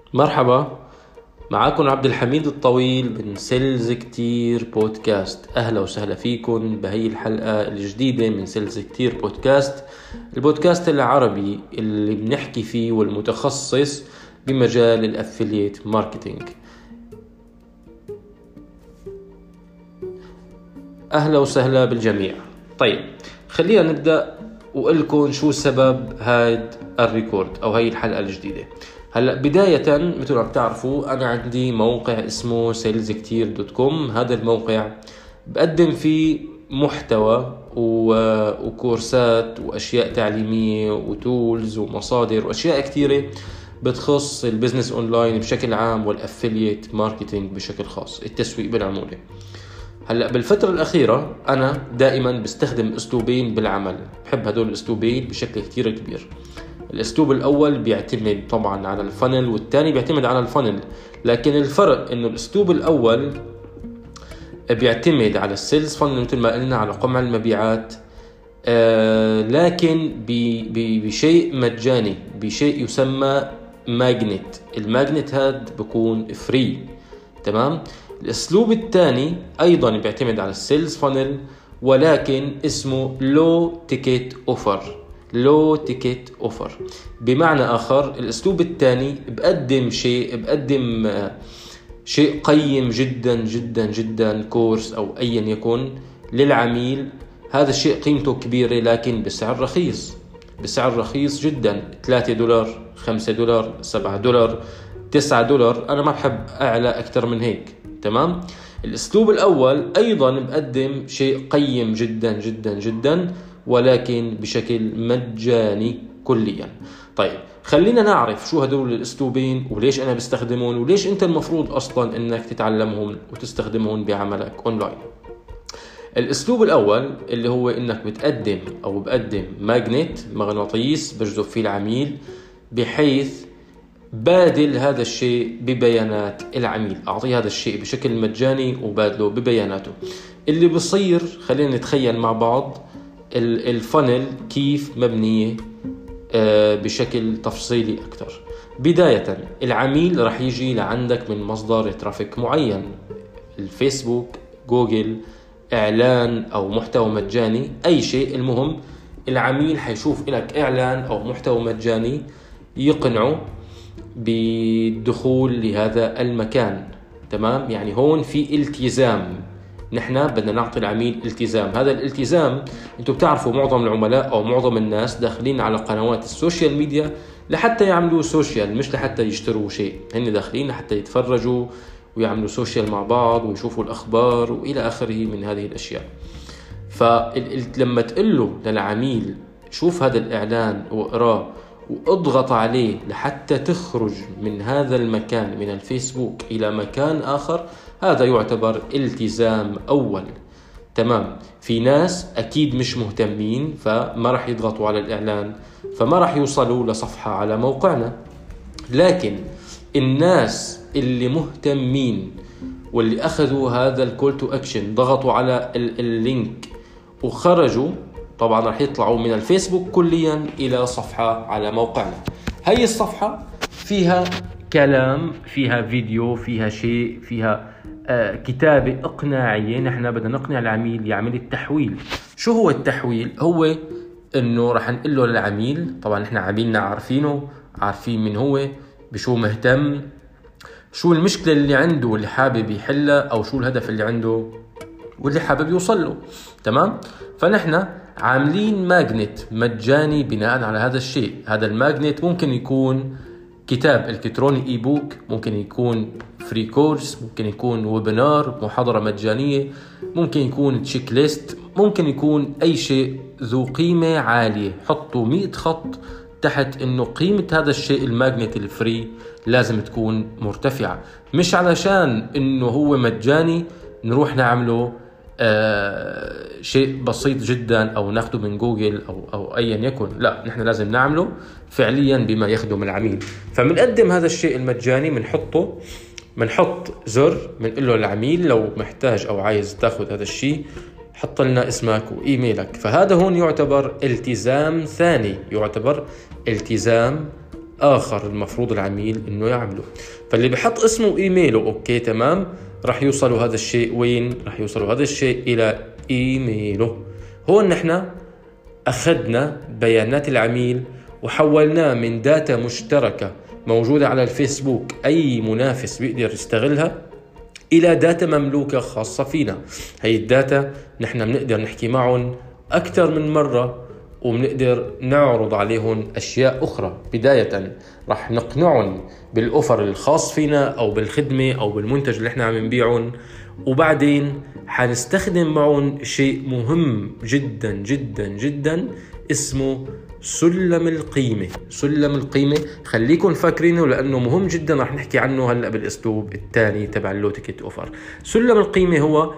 مرحبا، معاكم عبد الحميد الطويل من سيلز كتير بودكاست. أهلا وسهلا فيكم بهي الحلقة الجديدة من سيلز كتير بودكاست، البودكاست العربي اللي بنحكي فيه والمتخصص بمجال الأفلييت ماركتينج. أهلا وسهلا بالجميع. طيب، خلينا نبدأ وقلكم شو سبب هاد الريكورد أو هاي الحلقة الجديدة. هلأ بداية مثل ما بتعرفوا أنا عندي موقع اسمه saleskteer.com. هذا الموقع بقدم فيه محتوى وكورسات وأشياء تعليمية وتولز ومصادر وأشياء كثيرة بتخص البزنس أونلاين بشكل عام والأفلييت ماركتينج بشكل خاص، التسويق بالعمولة. هلأ بالفترة الأخيرة أنا دائما بستخدم أسلوبين بالعمل، بحب هدول الأسلوبين بشكل كتير كبير. الأسلوب الأول بيعتمد طبعا على الفانل، والثاني بيعتمد على الفانل، لكن الفرق إنه الأسلوب الأول بيعتمد على السيلز فانل مثل ما قلنا، على قمع المبيعات، لكن بشيء مجاني، بشيء يسمى ماجنت. الماجنت هذا بيكون فري، تمام. الأسلوب الثاني أيضا بيعتمد على السيلز فانل، ولكن اسمه لو تيكت اوفر. بمعنى آخر، الأسلوب الثاني بقدم شيء قيم جدا جدا جدا، كورس أو أيا يكن للعميل. هذا الشيء قيمته كبيرة لكن بسعر رخيص جدا، $3، $5، $7، $9. أنا ما بحب أعلى أكثر من هيك، تمام. الأسلوب الأول أيضا بقدم شيء قيم جدا جدا جدا، ولكن بشكل مجاني كليا. طيب، خلينا نعرف شو هدول الأسلوبين وليش أنا بستخدمهم، وليش أنت المفروض أصلا أنك تتعلمهم وتستخدمهم بعملك أونلاين. الأسلوب الأول اللي هو أنك بقدم مغناطيس بجذب فيه العميل، بحيث بادل هذا الشيء ببيانات العميل، أعطيه هذا الشيء بشكل مجاني وبادله ببياناته. اللي بصير، خلينا نتخيل مع بعض الفانل كيف مبنية بشكل تفصيلي أكتر. بداية، العميل رح يجي لعندك من مصدر ترافيك معين، الفيسبوك، جوجل، إعلان أو محتوى مجاني، أي شيء. المهم العميل حيشوف لك إعلان أو محتوى مجاني يقنعه بالدخول لهذا المكان، تمام. يعني هون في التزام، نحن بدنا نعطي العميل التزام. هذا الالتزام انتم بتعرفوا معظم العملاء او معظم الناس داخلين على قنوات السوشيال ميديا لحتى يعملوا سوشيال، مش لحتى يشتروا شيء. هن داخلين لحتى يتفرجوا ويعملوا سوشيال مع بعض ويشوفوا الأخبار وإلى آخره من هذه الأشياء. فلما تقله للعميل شوف هذا الإعلان واقراه واضغط عليه لحتى تخرج من هذا المكان، من الفيسبوك إلى مكان آخر، هذا يعتبر التزام أول، تمام. في ناس أكيد مش مهتمين، فما رح يضغطوا على الإعلان، فما رح يوصلوا لصفحة على موقعنا. لكن الناس اللي مهتمين واللي أخذوا هذا الكول تو أكشن، ضغطوا على اللينك وخرجوا، طبعا رح يطلعوا من الفيسبوك كليا إلى صفحة على موقعنا. هاي الصفحة فيها كلام، فيها فيديو، فيها شيء، فيها كتابة إقناعية. نحن بدنا نقنع العميل يعمل التحويل. شو هو التحويل؟ هو إنه رح نقول له للعميل، طبعا نحن عميلنا عارفين من هو، بشو مهتم، شو المشكلة اللي عنده واللي حابب يحلها، أو شو الهدف اللي عنده واللي حابب يوصل له، تمام. فنحن عاملين ماجنت مجاني بناء على هذا الشيء. هذا الماجنت ممكن يكون كتاب إلكتروني إي بوك، ممكن يكون فري كورس، ممكن يكون ويبينار، محاضرة مجانية، ممكن يكون تشيك ليست، ممكن يكون أي شيء ذو قيمة عالية. حطوا 100 خط تحت إنه قيمة هذا الشيء الماجنت الفري لازم تكون مرتفعة، مش علشان إنه هو مجاني نروح نعمله شيء بسيط جدا أو ناخده من جوجل أو أيا يكن. لا، نحن لازم نعمله فعليا بما يخدم العميل. فمنقدم هذا الشيء المجاني، منحط زر، منقول له للعميل لو محتاج أو عايز تاخد هذا الشيء حط لنا اسمك وإيميلك. فهذا هون يعتبر التزام ثاني، يعتبر التزام آخر المفروض العميل إنه يعمله. فاللي بحط اسمه وإيميله أوكي تمام، رح يوصلوا هذا الشيء وين؟ رح يوصلوا هذا الشيء إلى إيميله. هون نحن أخذنا بيانات العميل وحولناه من داتا مشتركة موجودة على الفيسبوك أي منافس بيقدر يستغلها إلى داتا مملوكة خاصة فينا. هي الداتا نحن بنقدر نحكي معهم أكثر من مرة، وبنقدر نعرض عليهم أشياء أخرى. بداية رح نقنعهم بالأوفر الخاص فينا أو بالخدمة أو بالمنتج اللي احنا عم نبيعهم، وبعدين حنستخدم معهم شيء مهم جدا جدا جدا اسمه سلم القيمة. سلم القيمة خليكم فاكرينه لأنه مهم جدا، رح نحكي عنه هلأ بالأسلوب الثاني تبع اللو تيكت أوفر. سلم القيمة هو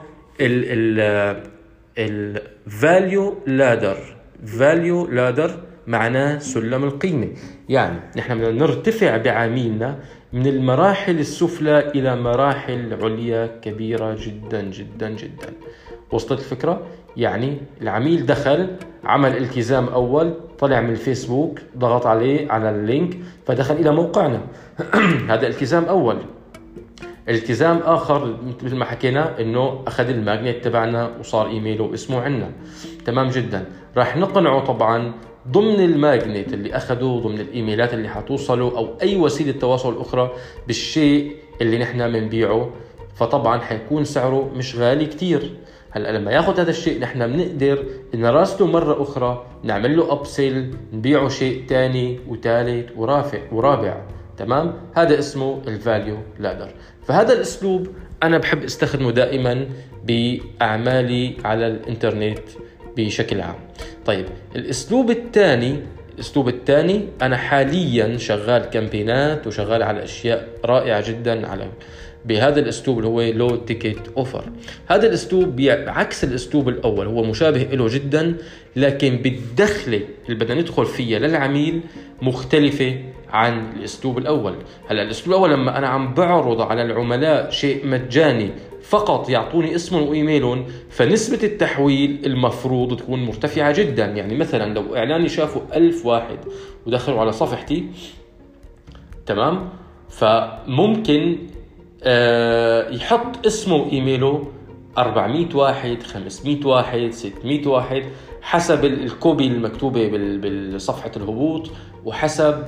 ال value ladder. value ladder معناه سلم القيمة، يعني نحن بدنا نرتفع بعميلنا من المراحل السفلى إلى مراحل عليا كبيرة جدا جدا جدا. وصلت الفكرة؟ يعني العميل دخل عمل التزام أول، طلع من الفيسبوك ضغط عليه على اللينك فدخل إلى موقعنا هذا التزام أول. التزام آخر مثل ما حكينا إنه أخذ الماجنت تبعنا وصار إيميله واسمه عنا. تمام جدا. راح نقنعه طبعا ضمن الماجنت اللي أخذه، ضمن الإيميلات اللي حتوصله أو أي وسيلة تواصل أخرى بالشيء اللي نحن منبيعه، فطبعا حيكون سعره مش غالي كتير. هلأ لما ياخد هذا الشيء نحن بنقدر نراسله مرة أخرى، نعمل له أبسيل، نبيعه شيء تاني وثالث ورابع. تمام؟ هذا اسمه الفاليو لادر. فهذا الأسلوب أنا بحب استخدمه دائما بأعمالي على الإنترنت بشكل عام. طيب الأسلوب الثاني أنا حاليا شغال كامبينات وشغال على أشياء رائعة جدا بهذا الأسلوب اللي هو لو تيكت أوفر. هذا الأسلوب عكس الأسلوب الأول، هو مشابه له جدا، لكن بالدخلة اللي بدنا ندخل فيها للعميل مختلفة عن الأسلوب الأول. هلأ الأسلوب الأول لما أنا عم بعرض على العملاء شيء مجاني فقط يعطوني اسمهم وإيميلهم، فنسبة التحويل المفروض تكون مرتفعة جدا. يعني مثلا لو إعلاني شافوا 1000 واحد ودخلوا على صفحتي، تمام، فممكن يحط اسمه وإيميله 400 واحد، 500 واحد، 600 واحد، حسب الكوبي المكتوبة بالصفحة الهبوط، وحسب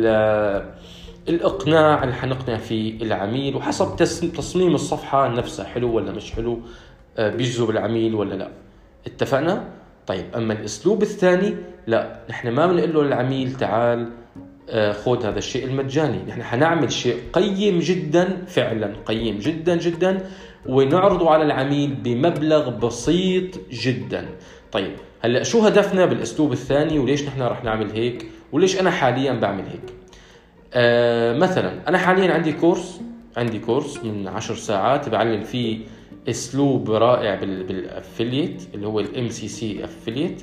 الإقناع اللي حنقنع فيه العميل، وحسب تصميم الصفحة نفسها حلو ولا مش حلو، بيجذب العميل ولا لا. اتفقنا؟ طيب أما الأسلوب الثاني لا، نحن ما بنقول له للعميل تعال خذ هذا الشيء المجاني. نحن حنعمل شيء قيم جدا، فعلا قيم جدا جدا، ونعرضه على العميل بمبلغ بسيط جدا. طيب هلأ شو هدفنا بالأسلوب الثاني، وليش نحن رح نعمل هيك، وليش أنا حاليا بعمل هيك؟ مثلا أنا حاليا عندي كورس من 10 ساعات بعلم فيه أسلوب رائع بالأفليت اللي هو MCC أفليت.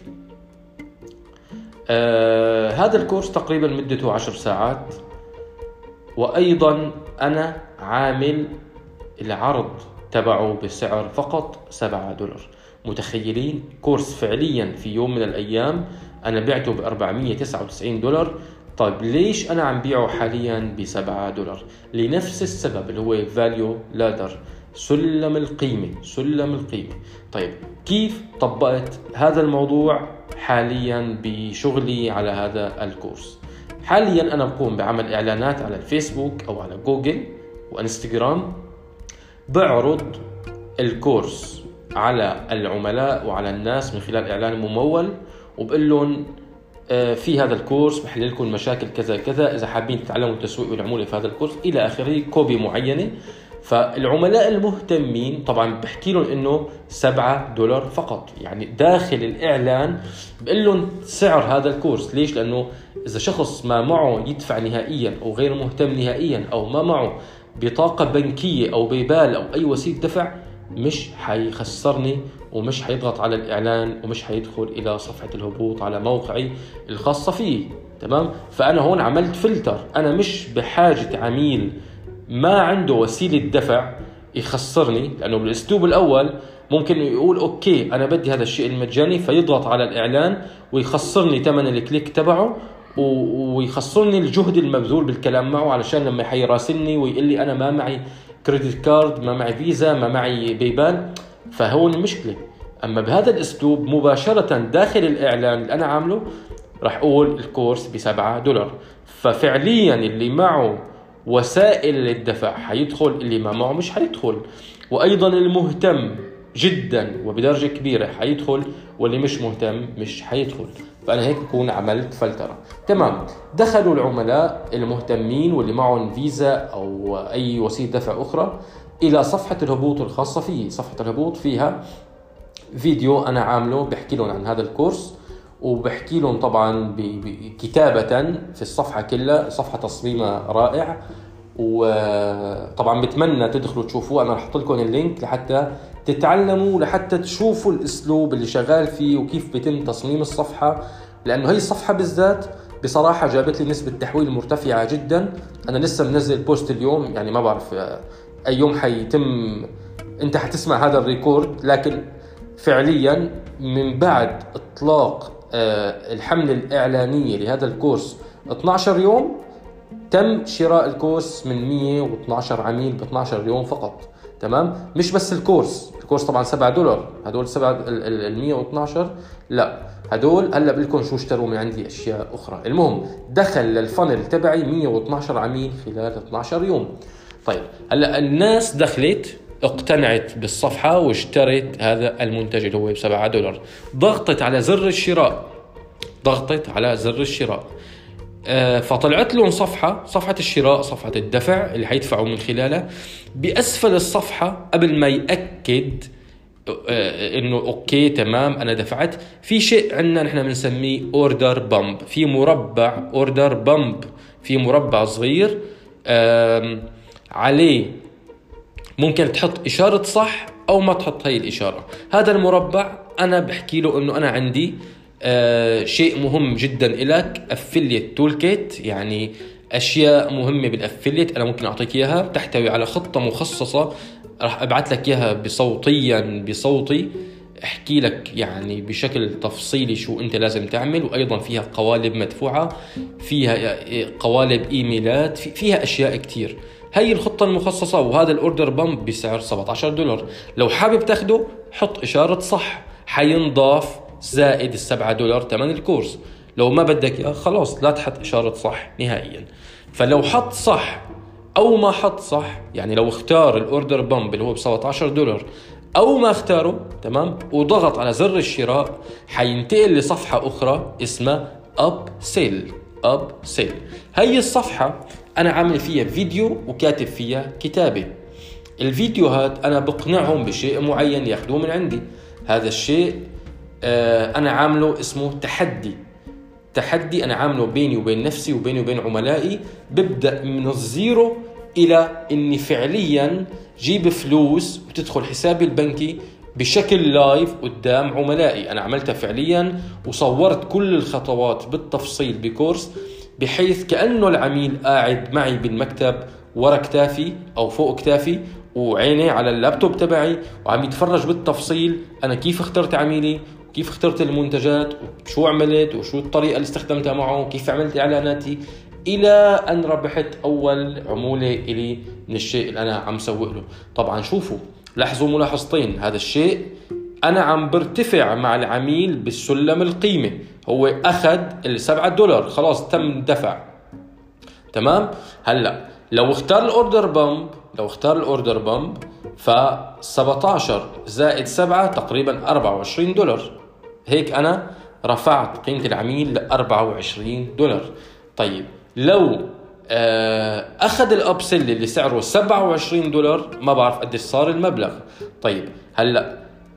هذا الكورس تقريبا مدته 10 ساعات، وأيضا أنا عامل العرض تبعه بسعر فقط $7. متخيلين؟ كورس فعليا في يوم من الأيام أنا بعته $499. طيب ليش أنا عم بيعه حاليا $7؟ لنفس السبب اللي هو value ladder، سلم القيمة. طيب كيف طبقت هذا الموضوع حاليا بشغلي على هذا الكورس؟ حاليا أنا بقوم بعمل إعلانات على الفيسبوك أو على جوجل وإنستغرام، بعرض الكورس على العملاء وعلى الناس من خلال إعلان ممول، وبقول لهم في هذا الكورس بحل لكم مشاكل كذا كذا، إذا حابين تتعلموا التسويق والعمولة في هذا الكورس إلى آخره، كوبي معينة. فالعملاء المهتمين طبعا بحكي لهم إنه $7 فقط. يعني داخل الإعلان بقول لهم سعر هذا الكورس. ليش؟ لأنه إذا شخص ما معه يدفع نهائيا أو غير مهتم نهائيا أو ما معه بطاقة بنكية أو بيبال أو أي وسيلة دفع، مش حيخسرني ومش حيضغط على الإعلان ومش حيدخل إلى صفحة الهبوط على موقعي الخاصة فيه. تمام؟ فأنا هون عملت فلتر. أنا مش بحاجة عميل ما عنده وسيلة دفع يخسرني، لأنه بالأسلوب الأول ممكن يقول أوكي أنا بدي هذا الشيء المجاني، فيضغط على الإعلان ويخسرني ثمن الكليك تبعه ويخسرني الجهد المبذول بالكلام معه، علشان لما حيراسلني ويقول لي انا ما معي كريدت كارد، ما معي فيزا، ما معي بايبال، فهون المشكله. اما بهذا الاسلوب مباشره داخل الاعلان اللي انا عامله راح اقول الكورس ب$7. ففعليا اللي معه وسائل للدفع حيدخل، اللي ما معه مش حيدخل. وايضا المهتم جدا وبدرجه كبيره حيدخل، واللي مش مهتم مش حيدخل. فانا هيك بكون عملت فلتره. تمام، دخلوا العملاء المهتمين واللي معهم فيزا او اي وسيله دفع اخرى الى صفحه الهبوط الخاصه فيه. صفحه الهبوط فيها فيديو انا عامله بحكي لهم عن هذا الكورس، وبحكي لهم طبعا كتابة في الصفحة كلها. صفحة تصميمها رائع، وطبعا بتمنى تدخلوا تشوفوه. انا رح احط لكم اللينك لحتى تتعلموا، لحتى تشوفوا الاسلوب اللي شغال فيه وكيف بيتم تصميم الصفحة. لانه هي الصفحة بالذات بصراحة جابت لي نسبة تحويل مرتفعة جدا. انا لسه منزل بوست اليوم، يعني ما بعرف اي يوم حيتم انت حتسمع هذا الريكورد، لكن فعليا من بعد اطلاق الحملة الإعلانية لهذا الكورس 12 يوم تم شراء الكورس من 112 عميل ب 12 يوم فقط. تمام، مش بس الكورس طبعا $7. هدول ال 112 لا، هدول هلا بلكم شو اشتروا من عندي اشياء اخرى. المهم دخل للفنل تبعي 112 عميل خلال 12 يوم. طيب هلا الناس دخلت، اقتنعت بالصفحة واشترت هذا المنتج اللي هو $7. ضغطت على زر الشراء، فطلعت لهم صفحة الشراء، صفحة الدفع اللي حيدفعوا من خلالها. بأسفل الصفحة قبل ما يأكد انه اوكي تمام انا دفعت، في شيء عندنا نحن بنسميه اوردر بامب. في مربع اوردر بامب، في مربع صغير عليه ممكن تحط إشارة صح أو ما تحط هاي الإشارة. هذا المربع أنا بحكي له إنه أنا عندي شيء مهم جدا إلك، أفليت تول كيت، يعني أشياء مهمة بالأفليت أنا ممكن أعطيك إياها، تحتوي على خطة مخصصة راح أبعث لك إياها بصوتي أحكي لك يعني بشكل تفصيلي شو أنت لازم تعمل. وأيضا فيها قوالب مدفوعة، فيها قوالب إيميلات، فيها أشياء كتير. هي الخطة المخصصة، وهذا الأوردر بامب بسعر $17. لو حابب تاخده حط إشارة صح، حينضاف زائد $7 تمن الكورس. لو ما بدك إياه خلاص لا تحط إشارة صح نهائيا. فلو حط صح أو ما حط صح، يعني لو اختار الأوردر بامب اللي هو $17 أو ما اختاره، تمام، وضغط على زر الشراء، حينتقل لصفحة أخرى اسمها أب سيل. هي الصفحة أنا عامل فيها فيديو وكاتب فيها كتابة. الفيديوهات أنا بقنعهم بشيء معين ياخدوه من عندي. هذا الشيء أنا عامله اسمه تحدي أنا عامله بيني وبين نفسي وبيني وبين عملائي. ببدأ من الزيرو إلى إني فعليا جيب فلوس وتدخل حسابي البنكي بشكل لايف قدام عملائي. أنا عملتها فعليا وصورت كل الخطوات بالتفصيل بكورس، بحيث كأنه العميل قاعد معي بالمكتب ورا كتافي أو فوق كتافي، وعيني على اللابتوب تبعي، وعم يتفرج بالتفصيل أنا كيف اخترت عميلي، وكيف اخترت المنتجات، وشو عملت، وشو الطريقة اللي استخدمتها معه، وكيف عملت إعلاناتي، إلى أن ربحت أول عمولة إلي من الشيء اللي أنا عم سوق له. طبعا شوفوا، لاحظوا ملاحظتين. هذا الشيء أنا عم برتفع مع العميل بالسلم القيمة. هو أخذ $7 خلاص تم دفع، تمام. هلأ لو اختار الأوردر بامب ف17 زائد 7 تقريبا $24. هيك أنا رفعت قيمة العميل $24. طيب لو أخذ الأبسل اللي سعره $27، ما بعرف قديش صار المبلغ. طيب هلأ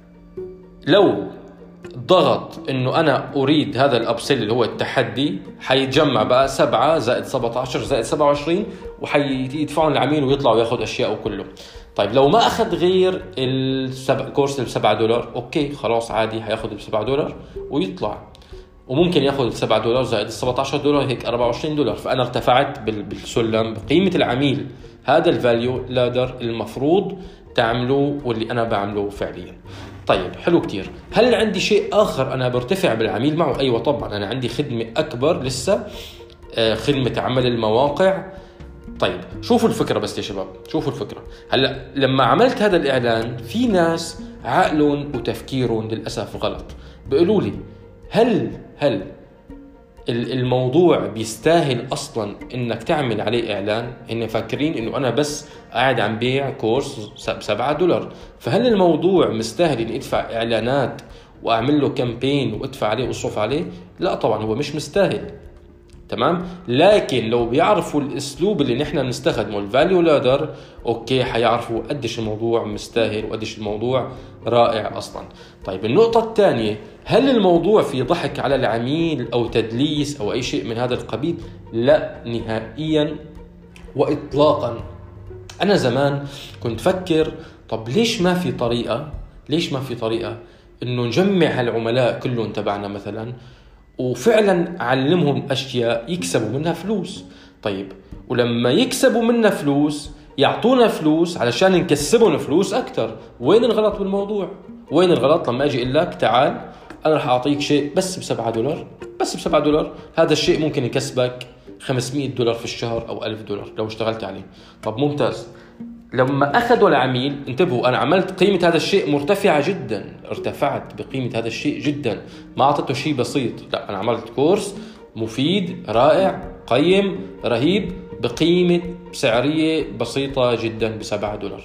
لو ضغط إنه أنا أريد هذا الأبسل اللي هو التحدي، حيتجمع بقى 7 زائد 17 زائد 27، وحيدفعون العميل ويطلع وياخد أشياء كله. طيب لو ما أخذ غير الكورس $7، أوكي خلاص عادي، هياخد $7 ويطلع. وممكن ياخذ $7 زائد $17، هيك $24. فأنا ارتفعت بالسلم بقيمة العميل. هذا الفاليو لادر المفروض تعملوه واللي أنا بعمله فعليا. طيب حلو كتير. هل عندي شيء آخر أنا برتفع بالعميل معه؟ أيوة طبعا، أنا عندي خدمة أكبر لسه، خدمة عمل المواقع. طيب شوفوا الفكرة بس يا شباب، شوفوا الفكرة. هلأ لما عملت هذا الإعلان في ناس عقلهم وتفكيرهم للأسف غلط، بيقولوا لي هل الموضوع بيستاهل أصلا إنك تعمل عليه إعلان؟ إن فاكرين إنه أنا بس قاعد عم بيع كورس ب$7، فهل الموضوع مستاهل إني أدفع إعلانات وأعمل له كامبين وأدفع عليه وأصرف عليه؟ لا طبعا، هو مش مستاهل. تمام. لكن لو بيعرفوا الاسلوب اللي نحن بنستخدمه الفاليو لادر، اوكي حيعرفوا قديش الموضوع مستاهل وقديش الموضوع رائع اصلا. طيب النقطة الثانية، هل الموضوع في ضحك على العميل او تدليس او اي شيء من هذا القبيل؟ لا نهائيا واطلاقا. انا زمان كنت فكر طب ليش ما في طريقة انه نجمع هالعملاء كلهم تبعنا مثلا وفعلا علمهم أشياء يكسبوا منها فلوس. طيب ولما يكسبوا منها فلوس يعطونا فلوس علشان نكسبهم فلوس أكتر. وين الغلط بالموضوع؟ وين الغلط لما أجي أقول لك تعال أنا رح أعطيك شيء بس ب$7، بس ب$7، هذا الشيء ممكن يكسبك $500 في الشهر أو $1000 لو اشتغلت عليه. طب ممتاز. لما أخذوا العميل، انتبهوا، أنا عملت قيمة هذا الشيء مرتفعة جدا، ارتفعت بقيمة هذا الشيء جدا، ما أعطته شيء بسيط، لا أنا عملت كورس مفيد رائع قيم رهيب بقيمة سعرية بسيطة جدا ب$7.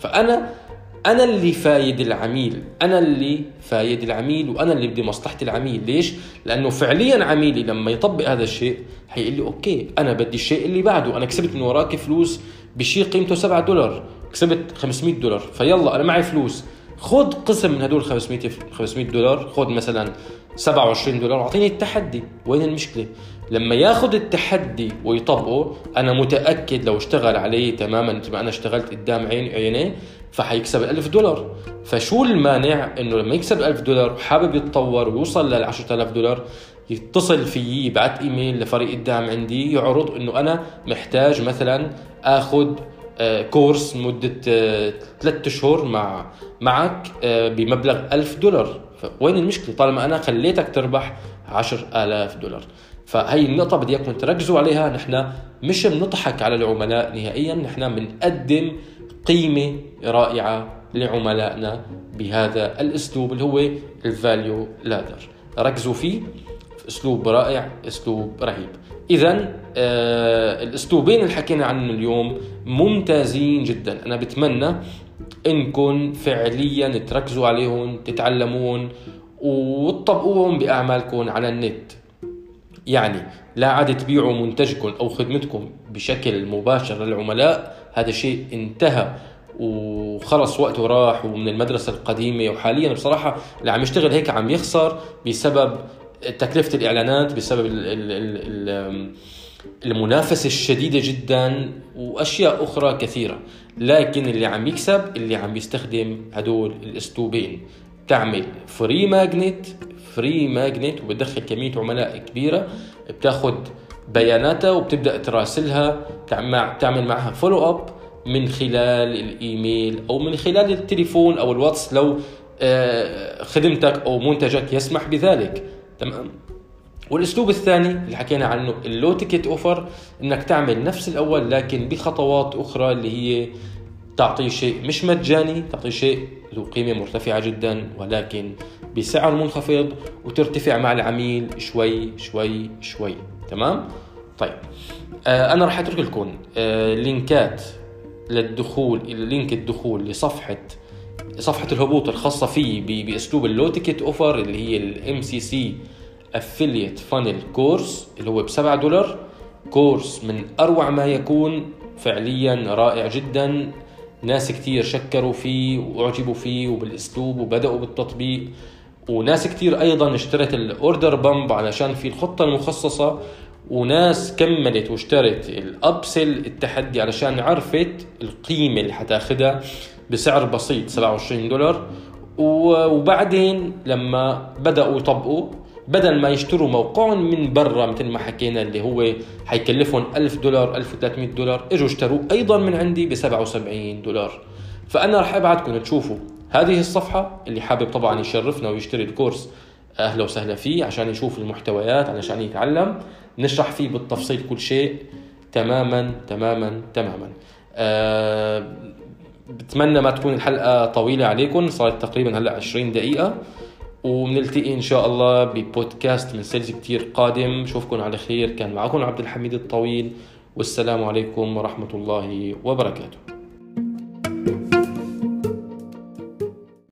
فأنا اللي فايد العميل، وأنا اللي بدي مصلحة العميل. ليش؟ لأنه فعليا عميلي لما يطبق هذا الشيء هيقول لي أوكي أنا بدي الشيء اللي بعده، أنا كسبت من وراك فلوس بشيء قيمته $7، كسبت $500، فيلا أنا معي فلوس، خذ قسم من هدول $500، خذ مثلا $27 واعطيني التحدي. وين المشكلة؟ لما ياخذ التحدي ويطبقه أنا متأكد لو اشتغل عليه تماما مثل ما أنا اشتغلت قدام عينيه فحيكسب $1000. فشو المانع إنه لما يكسب $1000 وحابب يتطور ويوصل $10,000 يتصل فيي، يبعث إيميل لفريق الدعم عندي يعرض إنه أنا محتاج مثلا أخذ كورس مدة 3 أشهر معك بمبلغ $1000. فوين المشكلة طالما أنا خليتك تربح $10,000؟ فهي النقطة بدي إياكم تركزوا عليها. نحن مش بنضحك على العملاء نهائيا، نحن بنقدم قيمة رائعة لعملائنا بهذا الأسلوب اللي هو الفاليو لادر. ركزوا فيه، أسلوب رائع، أسلوب رهيب. إذن الأسلوبين اللي حكينا عنهم اليوم ممتازين جدا. أنا بتمنى إنكم فعليا تركزوا عليهم، تتعلمون وتطبقوهم بأعمالكم على النت. يعني لا عاد تبيعوا منتجكم أو خدمتكم بشكل مباشر للعملاء، هذا شيء انتهى وخلص وقته راح ومن المدرسة القديمة. وحاليا بصراحة اللي عم يشتغل هيك عم يخسر بسبب تكلفة الإعلانات، بسبب المنافسة الشديدة جدا وأشياء أخرى كثيرة. لكن اللي عم يكسب اللي عم يستخدم هدول الأسلوبين. تعمل فري ماجنت وبتدخل كمية عملاء كبيرة، بتاخد بياناتها وبتبدأ تراسلها، تعمل معها فولو أب من خلال الإيميل أو من خلال التليفون أو الواتس لو خدمتك أو منتجك يسمح بذلك. تمام. والأسلوب الثاني اللي حكينا عنه اللو تيكت أوفر، إنك تعمل نفس الأول لكن بخطوات أخرى، اللي هي تعطي شيء مش مجاني، تعطي شيء له قيمة مرتفعة جدا ولكن بسعر منخفض، وترتفع مع العميل شوي شوي شوي. تمام. طيب أنا راح أترك لكم لينكات للدخول، لينك الدخول لصفحة الهبوط الخاصة فيه بأسلوب اللو تيكت أوفر اللي هي الMCC Affiliate Funnel كورس اللي هو ب$7. كورس من أروع ما يكون، فعليا رائع جدا. ناس كتير شكروا فيه وأعجبوا فيه وبالأسلوب وبدأوا بالتطبيق، وناس كتير أيضا اشترت الأوردر بامب علشان في الخطة المخصصة، وناس كملت واشترت الأبسل التحدي علشان عرفت القيمة اللي حتاخدها بسعر بسيط $27. وبعدين لما بدأوا يطبقوا، بدل ما يشتروا موقعهم من برا مثل ما حكينا اللي هو حيكلفهم $1000 $1300، اجوا اشتروا ايضا من عندي ب$77. فانا رح ابعتكم تشوفوا هذه الصفحة اللي حابب طبعا يشرفنا ويشتري الكورس أهلا وسهلا فيه عشان يشوف المحتويات، علشان يتعلم. نشرح فيه بالتفصيل كل شيء تماما تماما تماما. بتمنى ما تكون الحلقة طويلة عليكم، صارت تقريبا هلأ 20 دقيقة، وبنلتقي إن شاء الله ببودكاست من سيلز كتير قادم. شوفكم على خير. كان معكم عبد الحميد الطويل، والسلام عليكم ورحمة الله وبركاته.